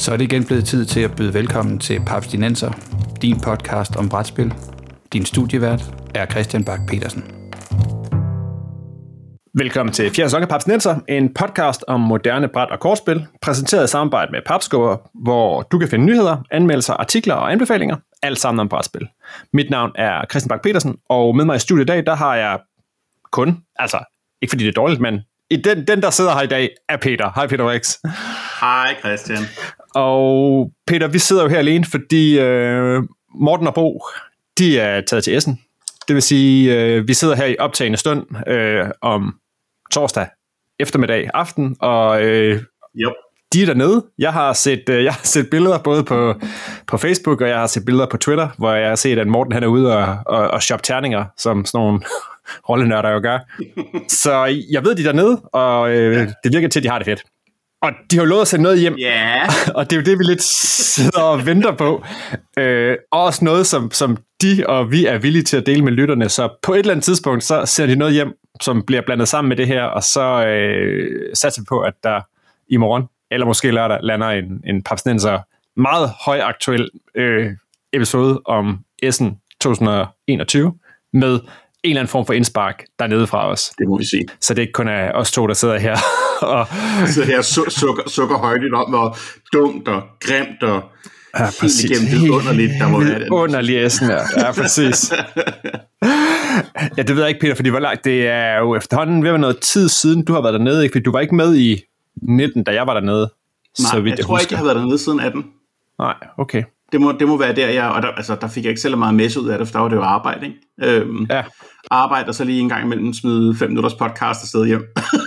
Så er det igen blevet tid til at byde velkommen til Papstinenser, din podcast om brætspil. Din studievært er Christian Bak Petersen. Velkommen til 4. sæson af Papstinenser, en podcast om moderne bræt- og kortspil, præsenteret i samarbejde med Papskubber, hvor du kan finde nyheder, anmeldelser, artikler og anbefalinger, alt sammen om brætspil. Mit navn er Christian Bak Petersen, og med mig i studiet i dag, der har jeg kun, altså ikke fordi det er dårligt, men den der sidder her i dag, er Peter. Hej Peter Rex. Hej Christian. Og Peter, vi sidder jo her alene, fordi Morten og Bo, de er taget til Essen. Det vil sige, vi sidder her i optagende stund om torsdag eftermiddag aften, og de er dernede. Jeg har set billeder både på Facebook, og jeg har set billeder på Twitter, hvor jeg har set, at Morten han er ude og shoppe terninger, som sådan nogle rollenørder jo gør. Så jeg ved, de er dernede, og det virker til, at de har det fedt. Og de har jo lovet at sende noget hjem, og det er jo det, vi lidt sidder og venter på. Også noget, som de og vi er villige til at dele med lytterne, så på et eller andet tidspunkt, så sender de noget hjem, som bliver blandet sammen med det her, og så satser vi på, at der i morgen, eller måske lørdag, lander en Papstinenser meget højaktuel episode om Essen 2021, med en eller anden form for indspark dernede fra os. Det må vi sige. Så det ikke kun er os to, der sidder her og så her sukker højt om, hvor dumt og grimt og helt igennem det underligt, der må være det. Underlig Essen, ja, præcis. Ja, det ved jeg ikke, Peter, fordi hvor langt det er jo efterhånden ved at være noget tid siden, du har været dernede, ikke? Fordi du var ikke med i 19, da jeg var dernede. Nej, så jeg tror ikke, jeg har været dernede siden 18. Nej, okay. Det må være der, der fik jeg ikke selv meget messe ud af det, for der var det jo arbejde, ikke? Ja. Arbejde, og så lige en gang imellem smide 5 minutters podcast og sted hjem.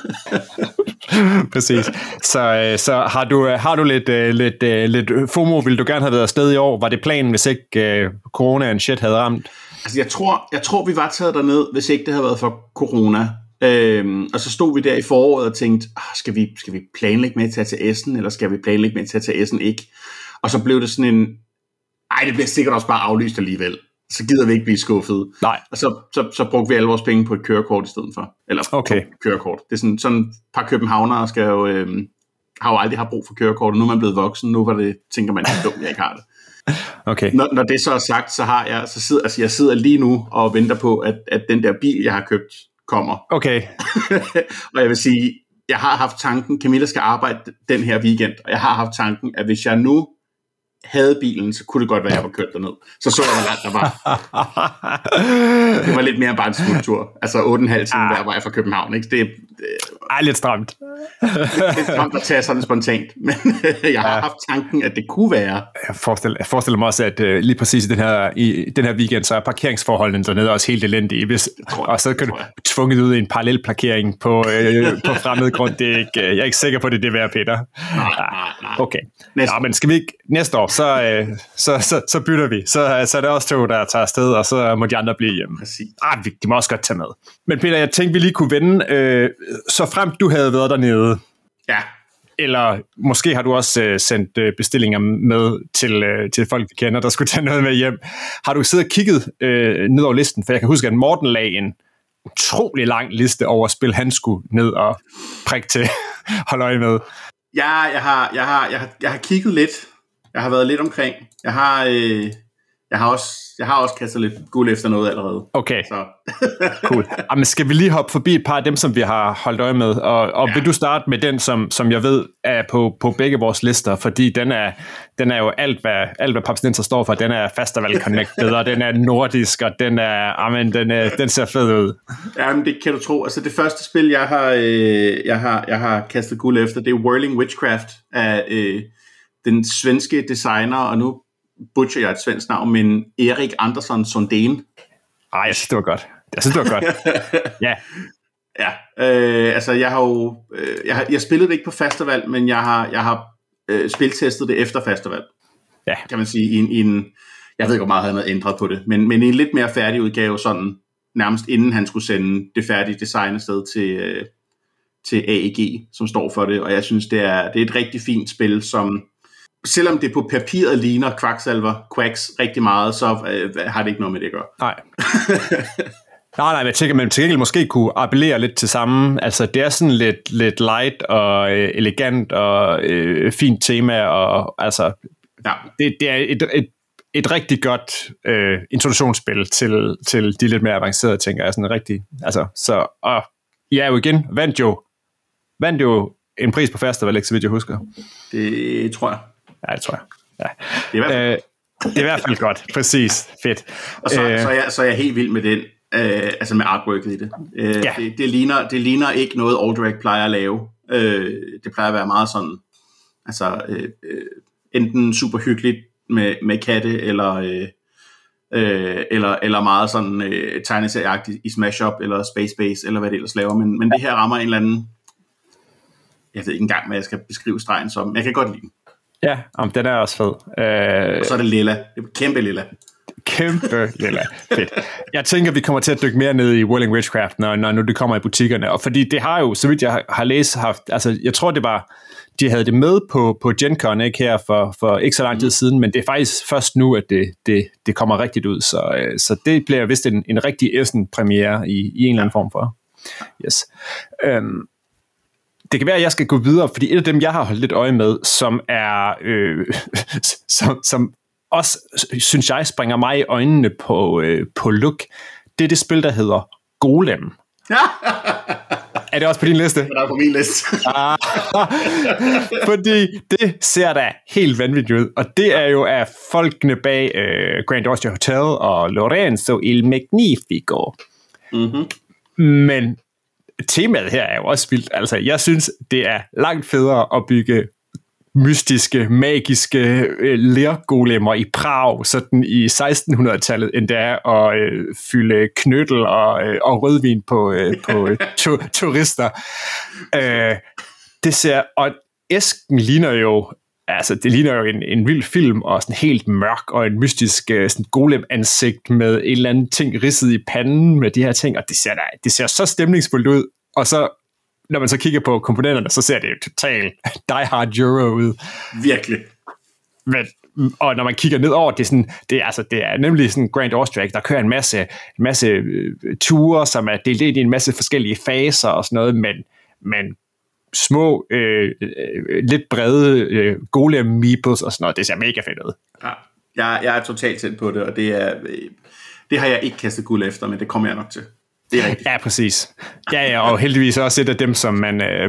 Præcis. Så har du lidt FOMO, ville du gerne have været afsted i år? Var det planen, hvis ikke corona and shit havde ramt? Altså, jeg tror, vi var taget derned, hvis ikke det havde været for corona. Og så stod vi der i foråret og tænkte, skal vi planlægge med at tage til Essen, eller skal vi planlægge med at tage til Essen ikke? Og så blev det sådan en, det bliver sikkert også bare aflyst alligevel. Så gider vi ikke blive skuffet. Nej. Og så brugte vi alle vores penge på et kørekort i stedet for. Eller okay. Kørekort. Det er sådan et par københavnere har jo aldrig haft brug for kørekort, og nu er man blevet voksen. Nu tænker man, det er dumt, jeg ikke har det. Okay. Når det så er sagt, så jeg sidder lige nu og venter på, at den der bil, jeg har købt, kommer. Okay. Og jeg vil sige, jeg har haft tanken, Camilla skal arbejde den her weekend, og jeg har haft tanken, at hvis jeg nu havde bilen, så kunne det godt være, at jeg var kørt derned. Så jeg, hvor langt der var. Det var lidt mere bare en smuttur. Altså 8,5 timer hver vej fra København. Ikke? Det er lidt stramt. Lidt stramt at tage sådan spontant. Men jeg har haft tanken, at det kunne være. Jeg forestiller mig også, at lige præcis i den her weekend, så er parkeringsforholdene dernede også helt elendige. Og så kan du tvunget ud i en parallel parkering på fremmed grund. Det er ikke, jeg er ikke sikker på, at det er det værd, Peter. Nej. Okay. Men skal vi ikke næste år, så bytter vi. Så er det også to, der tager afsted, og så må de andre blive hjemme. De må også godt tage med. Men Peter, jeg tænkte, vi lige kunne vende, så frem du havde været dernede. Ja. Eller måske har du også sendt bestillinger med til folk, vi kender, der skulle tage noget med hjem. Har du siddet og kigget ned over listen? For jeg kan huske, at Morten lagde en utrolig lang liste over spil, han skulle ned og prikke til. Hold øje med. Ja, jeg har kigget lidt. Jeg har været lidt omkring. Jeg har også kastet lidt guld efter noget allerede. Okay, så. Cool. Jamen, skal vi lige hoppe forbi et par af dem, som vi har holdt øje med? Og vil du starte med den, som jeg ved er på begge vores lister, fordi den er jo alt, hvad Papstinenser står for. Den er Fasterval Connected, og den er nordisk, og den ser fed ud. Jamen, det kan du tro. Altså, det første spil, jeg har kastet guld efter, det er Whirling Witchcraft af den svenske designer, og nu butcher jeg et svensk navn, men Erik Andersson Sundén. Jeg synes, det var godt. Ja. Ja, altså jeg har jo, jeg spillede det ikke på Fasterval, men jeg har spiltestet det efter Fasterval. Ja. Kan man sige, i en, jeg ved ikke, hvor meget han havde ændret på det, men i en lidt mere færdig udgave, sådan nærmest inden han skulle sende det færdige design afsted til AEG, som står for det, og jeg synes, det er et rigtig fint spil, som selvom det på papiret ligner Quacks rigtig meget, så har det ikke noget med det at gøre. Nej. Nej, men jeg tænker, man til gengæld måske kunne appellere lidt til samme. Altså, det er sådan lidt light og elegant og fint tema, og altså, ja. Det er et rigtig godt introduktionsspil til de lidt mere avancerede ting, er sådan rigtig, altså, så, og ja, jo igen, vandt jo en pris på festival, ikke, så vidt jeg husker. Det tror jeg. Ja, det tror jeg. Ja. Det er i hvert fald godt, præcis, fedt. Og så er jeg helt vild med den, altså med artworket i det. Ja. Det ligner ikke noget Alderac plejer at lave. Det plejer at være meget sådan, altså enten super hyggeligt med katte, eller meget sådan tegneserieagtigt i Smash Up, eller Space Base, eller hvad det ellers laver. Men det her rammer en eller anden, jeg ved ikke engang, hvad jeg skal beskrive stregen som, men jeg kan godt lide den. Ja, den er også fed. Og så er det lilla. Det er kæmpe lilla. Kæmpe lilla. Fedt. Jeg tænker, vi kommer til at dykke mere ned i Whirling Witchcraft, når nu det kommer i butikkerne. Og fordi det har jo, så vidt jeg har læst, altså jeg tror det var, de havde det med på Gen Con, ikke, her for ikke så lang tid siden, men det er faktisk først nu, at det kommer rigtigt ud. Så det bliver vist en rigtig Essen-premiere i en eller anden form for. Yes. Det kan være, at jeg skal gå videre, fordi et af dem, jeg har holdt lidt øje med, som er, som også, synes jeg, springer mig i øjnene på look, det er det spil, der hedder Golem. Er det også på din liste? Det er på min liste. Fordi det ser da helt vanvittigt ud, og det er jo af folkene bag Grand Austria Hotel og Lorenzo il Magnifico. Mm-hmm. Men temaet her er jo også vildt. Altså, jeg synes, det er langt federe at bygge mystiske, magiske lergolemmer i Prag, sådan i 1600-tallet, end det er at fylde knyttel og rødvin på turister. Det ser, og æsken ligner jo, altså det ligner jo en vild film, og sådan helt mørk, og en mystisk sådan golem-ansigt med en eller anden ting ridset i panden med de her ting, og det ser så stemningsfuldt ud, og så når man så kigger på komponenterne, så ser det jo totalt Die Hard Euro ud. Virkelig. Men, og når man kigger ned over, det er nemlig sådan Grand Austria, der kører en masse ture, som er delt ind i en masse forskellige faser og sådan noget, men små, lidt brede golem meeples og sådan noget, det ser mega fedt ud. Ja, jeg er totalt tæt på det, og det har jeg ikke kastet guld efter, men det kommer jeg nok til. Det er rigtigt. Ja, præcis. Ja, og heldigvis også et af dem, som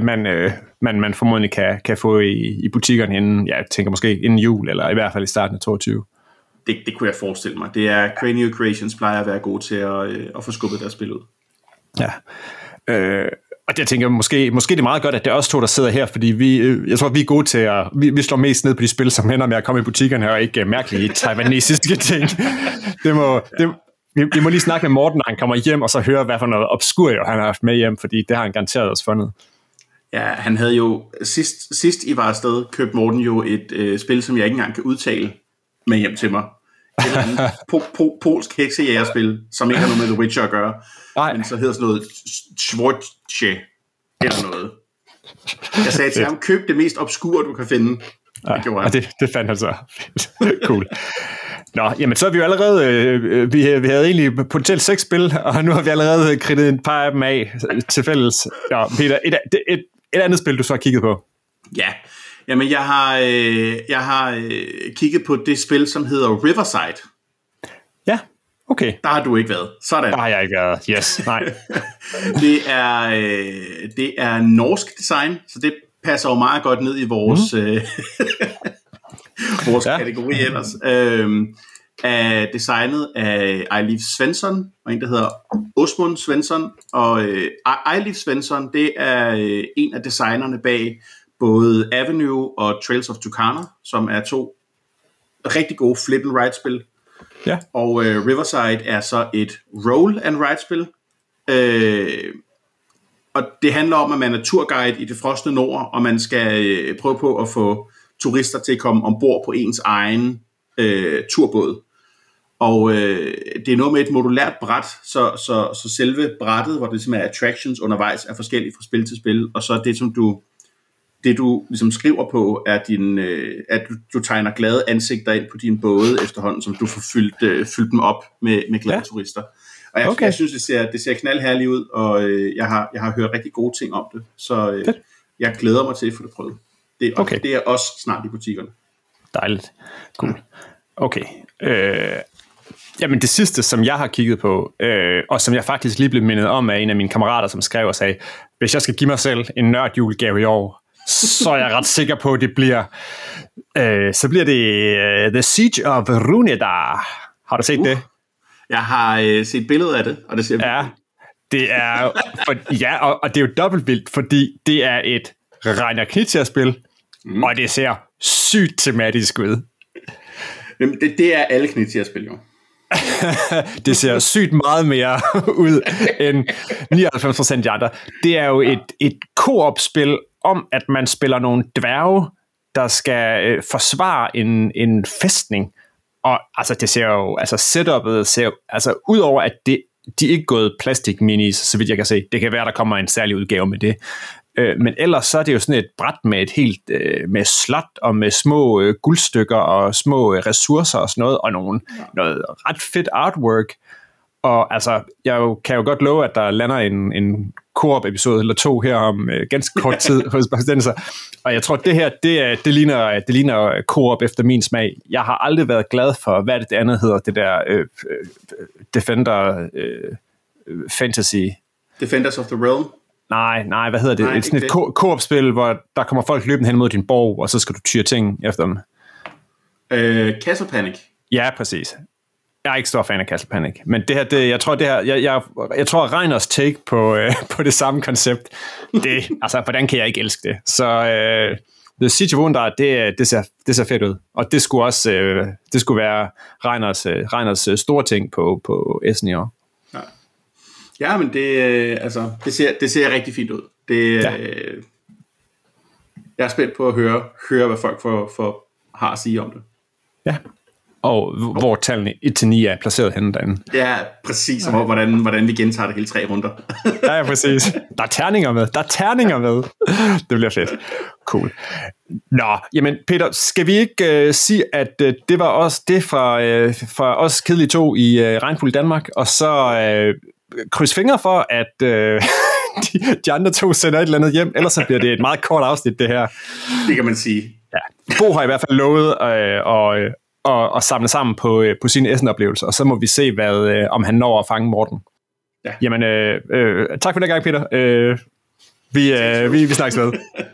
man formodentlig kan få i butikkerne inden, jeg tænker måske inden jul, eller i hvert fald i starten af 22. Det kunne jeg forestille mig. Det er Cranio Creations plejer at være gode til at få skubbet deres spil ud. Ja. Og jeg tænker, måske det er meget godt, at det er os to, der sidder her, fordi jeg tror, vi er gode til at, vi slår mest ned på de spil, som ender med at komme i butikkerne, og ikke mærkelige taiwanesiske ting. Vi må lige snakke med Morten, når han kommer hjem, og så høre, hvad for noget obskur han har haft med hjem, fordi det har han garanteret også fundet. Ja, han havde jo, sidst I var afsted, købte Morten jo et spil, som jeg ikke engang kan udtale, med hjem til mig. Et eller andet polsk heksejægerspil, som ikke har noget med The Witcher at gøre. Nej. Men så hedder sådan noget Schwarze eller noget. Jeg sagde til ham, køb det mest obskure, du kan finde. Det gjorde han. Det fandt han så. Cool. Nå, jamen så er vi jo allerede, vi havde egentlig potentielt 6 spil, og nu har vi allerede kridtet et par af dem af til fælles. Ja, Peter, et andet spil, du så har kigget på? Ja, jamen jeg har kigget på det spil, som hedder Riverside. Ja, okay. Der har du ikke været. Sådan. Der har jeg ikke været. Yes, nej. det er norsk design, så det passer jo meget godt ned i vores vores kategori ellers. Er designet af Eilif Svensson, og en, der hedder Osmund Svensson. Og Eilif Svensson, det er en af designerne bag både Avenue og Trails of Tucana, som er 2 rigtig gode flip and ride spil. Ja. Og Riverside er så et roll and ride spil. Og det handler om, at man er turguide i det frosne nord, og man skal prøve på at få turister til at komme ombord på ens egen turbåd. Og det er noget med et modulært bræt, så selve brættet, hvor det simpelthen er attractions undervejs, er forskelligt fra spil til spil, og så det, som du ligesom skriver på, er at du tegner glade ansigter ind på dine både efterhånden, som du får fyldt dem op med glade turister. Og jeg synes, det ser knaldherligt ud, og jeg har hørt rigtig gode ting om det, så jeg glæder mig til at få det prøvet. Det er også snart i butikkerne. Dejligt. Cool. Okay. Jamen det sidste, som jeg har kigget på, og som jeg faktisk lige blev mindet om af en af mine kammerater, som skrev og sagde, hvis jeg skal give mig selv en nørdjulegave i år, så er jeg ret sikker på, at det bliver, så bliver det The Siege of Runedar. Har du set det? Jeg har set billedet af det, og det ser ja, det er og det er jo dobbelt vildt, fordi det er et Reiner Knizia-spil, og det ser sygt tematisk ud. Det er alle Knizia-spil jo. Det ser sygt meget mere ud end 99% af de andre. Det er jo et co-op-spil om, at man spiller nogle dværge, der skal forsvare en fæstning. Og altså, det ser jo, altså setupet ser altså udover at de er ikke gået plastik-minis, så vidt jeg kan se. Det kan være, der kommer en særlig udgave med det. Men ellers så er det jo sådan et bræt med et helt med slot og med små guldstykker og små ressourcer og sådan noget, og noget ret fedt artwork. Og altså, kan jo godt love, at der lander en co-op-episode eller 2 her om ganske kort tid hos Pakistanser. Og jeg tror, at det her, det ligner co-op efter min smag. Jeg har aldrig været glad for, hvad det andet hedder, det der Defender Fantasy. Defenders of the Realm? Nej, hvad hedder det? Det er sådan et co-op-spil, hvor der kommer folk løbende hen mod din borg, og så skal du tyre ting efter dem. Castle Panic? Ja, præcis. Jeg er ikke stor fan af Castle Panic, men det her, jeg tror, at Reiners take på det samme koncept, altså, hvordan kan jeg ikke elske det? Så The Siege of Runedar, det ser fedt ud, og det skulle også det skulle være Reiners store ting på Essen i år. Ja, men det ser rigtig fint ud. Jeg er spændt på at høre hvad folk har at sige om det. Ja. Og hvor tallene 1-9 er placeret henne derinde. Ja, præcis. Og hvordan vi gentager det hele 3 runder. Ja, præcis. Der er terninger med. Det bliver fedt. Cool. Nå, jamen Peter, skal vi ikke sige, at det var også det fra os kedelige 2 i Regnfuld Danmark, og så kryds fingre for, at de andre 2 sender et eller andet hjem, ellers så bliver det et meget kort afsnit, det her. Det kan man sige. Ja. Bo har i hvert fald lovet og samle sammen på sine Essen-oplevelser, og så må vi se, om han når at fange Morten. Ja. Jamen, tak for den gang, Peter. Vi snakkes ved.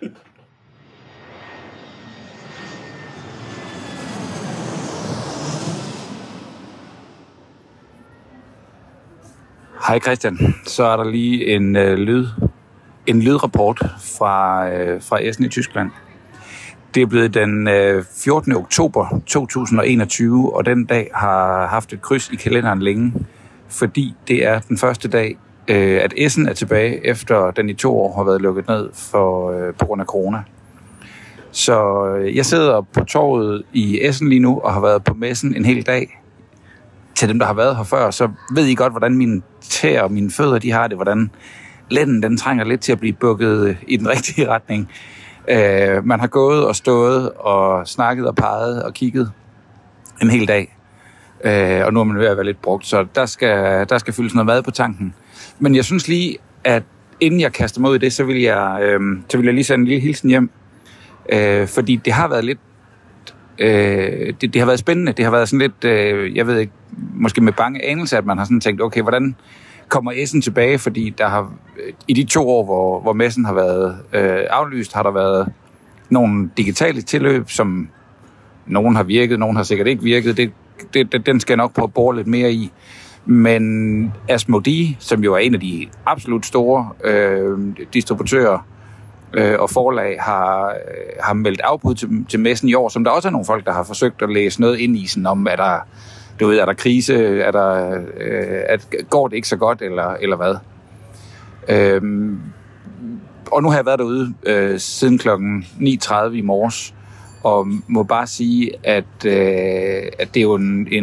Hej Christian, så er der lige en lydrapport fra Essen i Tyskland. Det er blevet den 14. oktober 2021, og den dag har haft et kryds i kalenderen længe, fordi det er den første dag, at Essen er tilbage, efter den i 2 år har været lukket ned på grund af corona. Så jeg sidder på torvet i Essen lige nu, og har været på messen en hel dag. Til dem, der har været her før, så ved I godt, hvordan mine tæer og mine fødder, de har det, hvordan lænden, den trænger lidt til at blive bukket i den rigtige retning. Man har gået og stået og snakket og peget og kigget en hel dag. Og nu er man ved at være lidt brugt, så der skal fyldes noget mad på tanken. Men jeg synes lige, at inden jeg kaster mig ud i det, så vil jeg lige sende en lille hilsen hjem. Fordi det har været lidt det har været spændende. Det har været sådan lidt, jeg ved ikke, måske med bange anelse, at man har sådan tænkt, okay, hvordan kommer Essen tilbage? Fordi der har i de 2 år, hvor messen har været aflyst, har der været nogle digitale tilløb, som nogen har virket, nogen har sikkert ikke virket. Den skal jeg nok prøve at bore lidt mere i. Men Asmodee, som jo er en af de absolut store distributører og forlag, har meldt afbud til messen i år, som der også er nogle folk, der har forsøgt at læse noget ind i, sådan om, er der krise, går det ikke så godt, eller hvad. Og nu har jeg været derude siden klokken 9:30 i morges, og må bare sige, at det er jo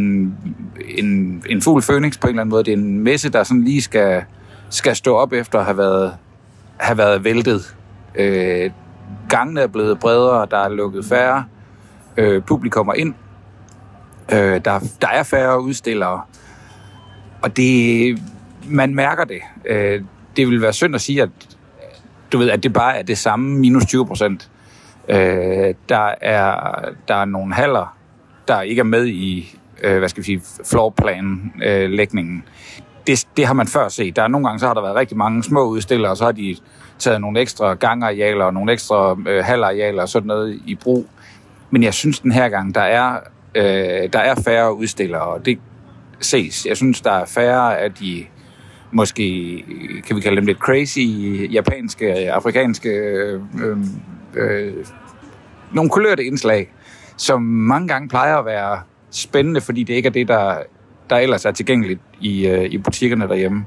en fugl Phoenix på en eller anden måde. Det er en messe, der sådan lige skal stå op efter at have været væltet. Gangene er blevet bredere, der er lukket færre publikummer ind. Der er færre udstillere. Og det, man mærker det. Det vil være synd at sige, at du ved, at det bare er det samme minus 20%. Der er nogle haller, der ikke er med i, floorplan-lægningen. Det har man før set. Der er nogle gange, så har der været rigtig mange små udstillere, og så har de taget nogle ekstra gangarealer og nogle ekstra halarealer og sådan noget i brug. Men jeg synes, den her gang, der er færre udstillere, og det ses. Jeg synes, der er færre af de, måske kan vi kalde dem lidt crazy, japanske, afrikanske, nogle kulørte indslag, som mange gange plejer at være spændende, fordi det ikke er det, der ellers er tilgængeligt i butikkerne derhjemme.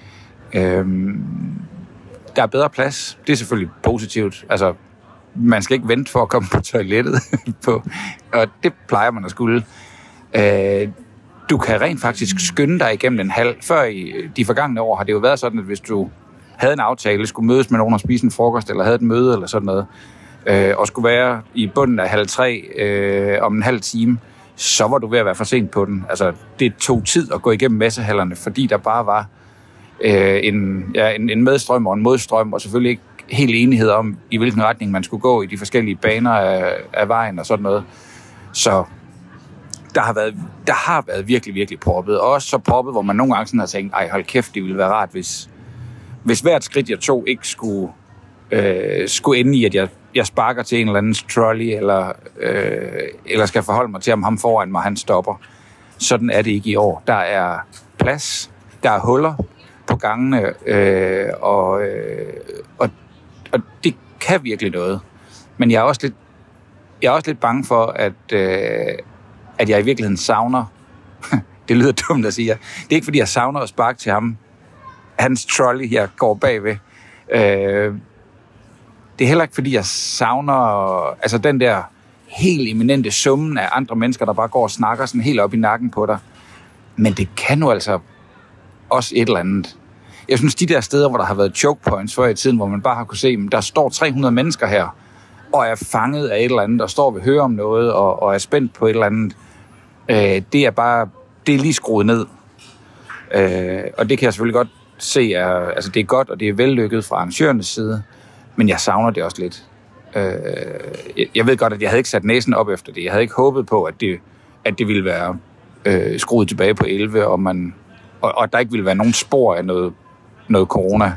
Der er bedre plads. Det er selvfølgelig positivt. Altså, man skal ikke vente for at komme på toilettet, og det plejer man at skulle. Du kan rent faktisk skynde dig igennem en hal. Før i de forgangne år har det jo været sådan, at hvis du havde en aftale, skulle mødes med nogen og spise en frokost, eller havde et møde eller sådan noget, og skulle være i bunden af 2:30 om en halv time, så var du ved at være for sent på den. Altså, det tog tid at gå igennem messehallerne, fordi der bare var en medstrøm og en modstrøm, og selvfølgelig ikke helt enighed om, i hvilken retning man skulle gå i de forskellige baner af vejen og sådan noget. Så der har været virkelig, virkelig proppet. Og også så proppet, hvor man nogle gange sådan har tænkt, ej, hold kæft, det ville være rart, hvis hvert skridt, jeg tog, ikke skulle ende i, at jeg sparker til en eller anden trolley, eller skal forholde mig til, om ham foran mig, han stopper. Sådan er det ikke i år. Der er plads, der er huller på gangene, og det kan virkelig noget. Men jeg er også lidt bange for, at jeg i virkeligheden savner, det lyder dumt at sige, det er ikke fordi, jeg savner at sparke til ham, hans trolley, jeg går bagved. Det er heller ikke fordi, jeg savner altså den der helt eminente summen af andre mennesker, der bare går og snakker sådan helt op i nakken på dig. Men det kan jo altså også et eller andet. Jeg synes, de der steder, hvor der har været choke points før i tiden, hvor man bare har kunne se, der står 300 mennesker her, og er fanget af et eller andet, og står ved høre om noget, og er spændt på et eller andet, det er lige skruet ned. Og det kan jeg selvfølgelig godt se, altså det er godt, og det er vellykket fra arrangørernes side, men jeg savner det også lidt. Jeg ved godt, at jeg havde ikke sat næsen op efter det. Jeg havde ikke håbet på, at det ville være skruet tilbage på 11, og der ikke ville være nogen spor af noget corona.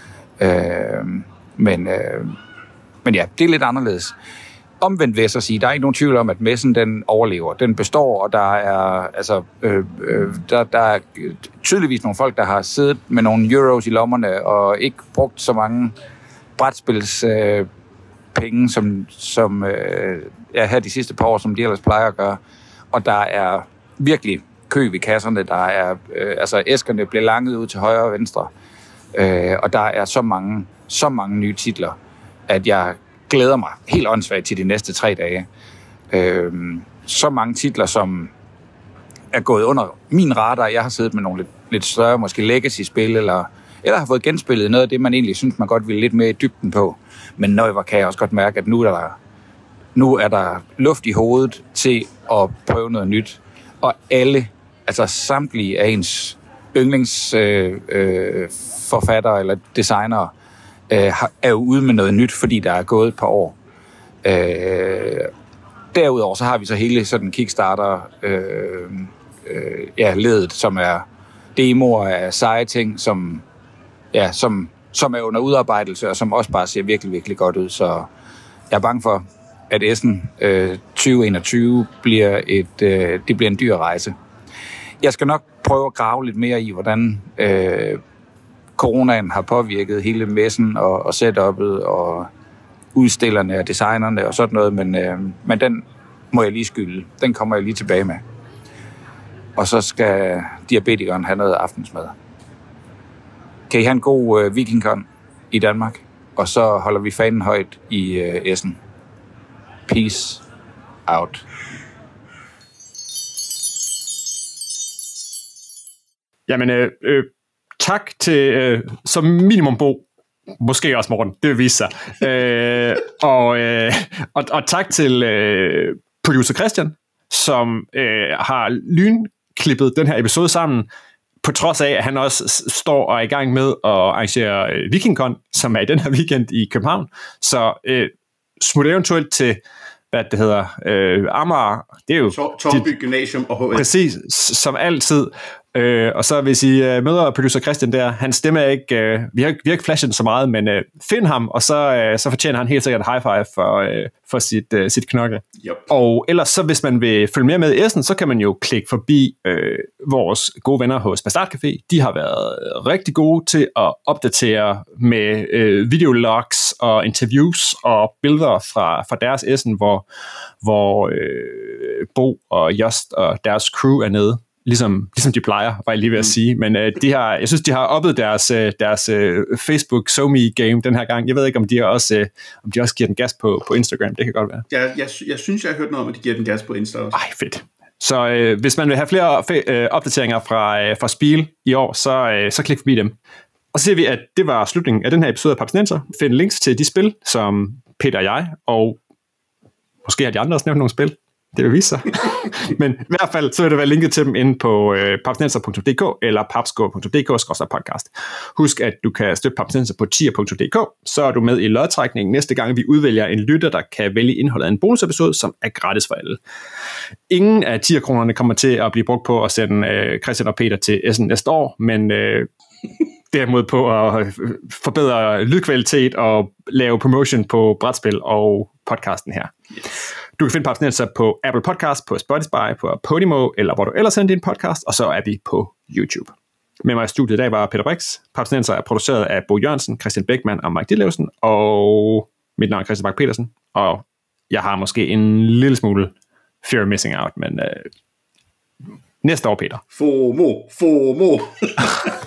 Men ja, det er lidt anderledes. Omvendt vil jeg så sige, der er ikke nogen tvivl om, at messen den overlever. Den består, og der er tydeligvis nogle folk, der har siddet med nogle euros i lommerne og ikke brugt så mange brætspilspenge, som her de sidste par år, som de ellers plejer at gøre. Og der er virkelig kø ved kasserne. Der er æskerne bliver langet ud til højre og venstre. Og der er så mange nye titler, at jeg glæder mig helt åndssvagt til de næste 3 dage. Så mange titler, som er gået under min radar. Jeg har siddet med nogle lidt større, måske legacy-spil, eller har fået genspillet noget af det, man egentlig synes, man godt ville lidt mere i dybden på. Men hvor kan jeg også godt mærke, at nu er der luft i hovedet til at prøve noget nyt. Og alle, altså samtlige af ens yndlingsforfattere eller designere, er jo ude med noget nyt, fordi der er gået et par år. Derudover så har vi så hele sådan Kickstarter ledet, som er demoer af seje ting, som er under udarbejdelse, og som også bare ser virkelig, virkelig godt ud. Så jeg er bange for, at Essen 2021 bliver en dyr rejse. Jeg skal nok prøve at grave lidt mere i, hvordan coronaen har påvirket hele messen og setup'et og udstillerne og designerne og sådan noget, men den må jeg lige skylde. Den kommer jeg lige tilbage med. Og så skal diabetikeren have noget aftensmad. Kan I have en god Vikingcon i Danmark? Og så holder vi fanen højt i Essen. Peace out. Jamen, tak til som minimum Bo, måske også Morten, det vil vise sig. Og tak til producer Christian, som har lynklippet den her episode sammen på trods af, at han også står og er i gang med at arrangere VikingCon, som er i den her weekend i København. Så smut eventuelt til, hvad det hedder, Amager. Det er jo Tornby Gymnasium og HF. Præcis, som altid. Og så hvis I møder producer Christian der, hans stemme er ikke, vi har ikke flashet så meget, men find ham, og så fortjener han helt sikkert et high five for sit knokle. Yep. Og ellers så, hvis man vil følge mere med i Essen, så kan man jo klikke forbi vores gode venner hos Bastard Café. De har været rigtig gode til at opdatere med videologs og interviews og billeder fra deres Essen, hvor Bo og Just og deres crew er nede. Ligesom de plejer, var jeg lige ved at sige. Men jeg synes, de har oppet deres Facebook SoMe game den her gang. Jeg ved ikke, om de også giver den gas på Instagram. Det kan godt være. Jeg synes, jeg har hørt noget om, at de giver den gas på Insta også. Ej, fedt. Så hvis man vil have flere opdateringer fra Spiel i år, så klik forbi dem. Og så ser vi, at det var slutningen af den her episode af Papsnenser. Find links til de spil, som Peter og jeg, og måske har de andre også nævnt nogle spil. Det vil vise sig. Men i hvert fald, så vil det være linket til dem inde på papsnenser.dk eller papsko.dk/podcast. Husk, at du kan støtte Papsnenser på tier.dk, så er du med i lodtrækningen næste gang, vi udvælger en lytter, der kan vælge indholdet af en bonusepisode, som er gratis for alle. Ingen af tierkronerne kommer til at blive brugt på at sende Christian og Peter til Essen næste år, men derimod på at forbedre lydkvalitet og lave promotion på brætspil og podcasten her. Yes. Du kan finde Papsnenser på Apple Podcast, på Spotify, på Podimo, eller hvor du ellers sender din podcast, og så er vi på YouTube. Med mig i studiet i dag var Peter Brix. Papsnenser er produceret af Bo Jørgensen, Christian Beckmann og Mike Dillevsen, og mit navn er Christian Bak Petersen, og jeg har måske en lille smule fear of missing out, men næste år, Peter. FOMO.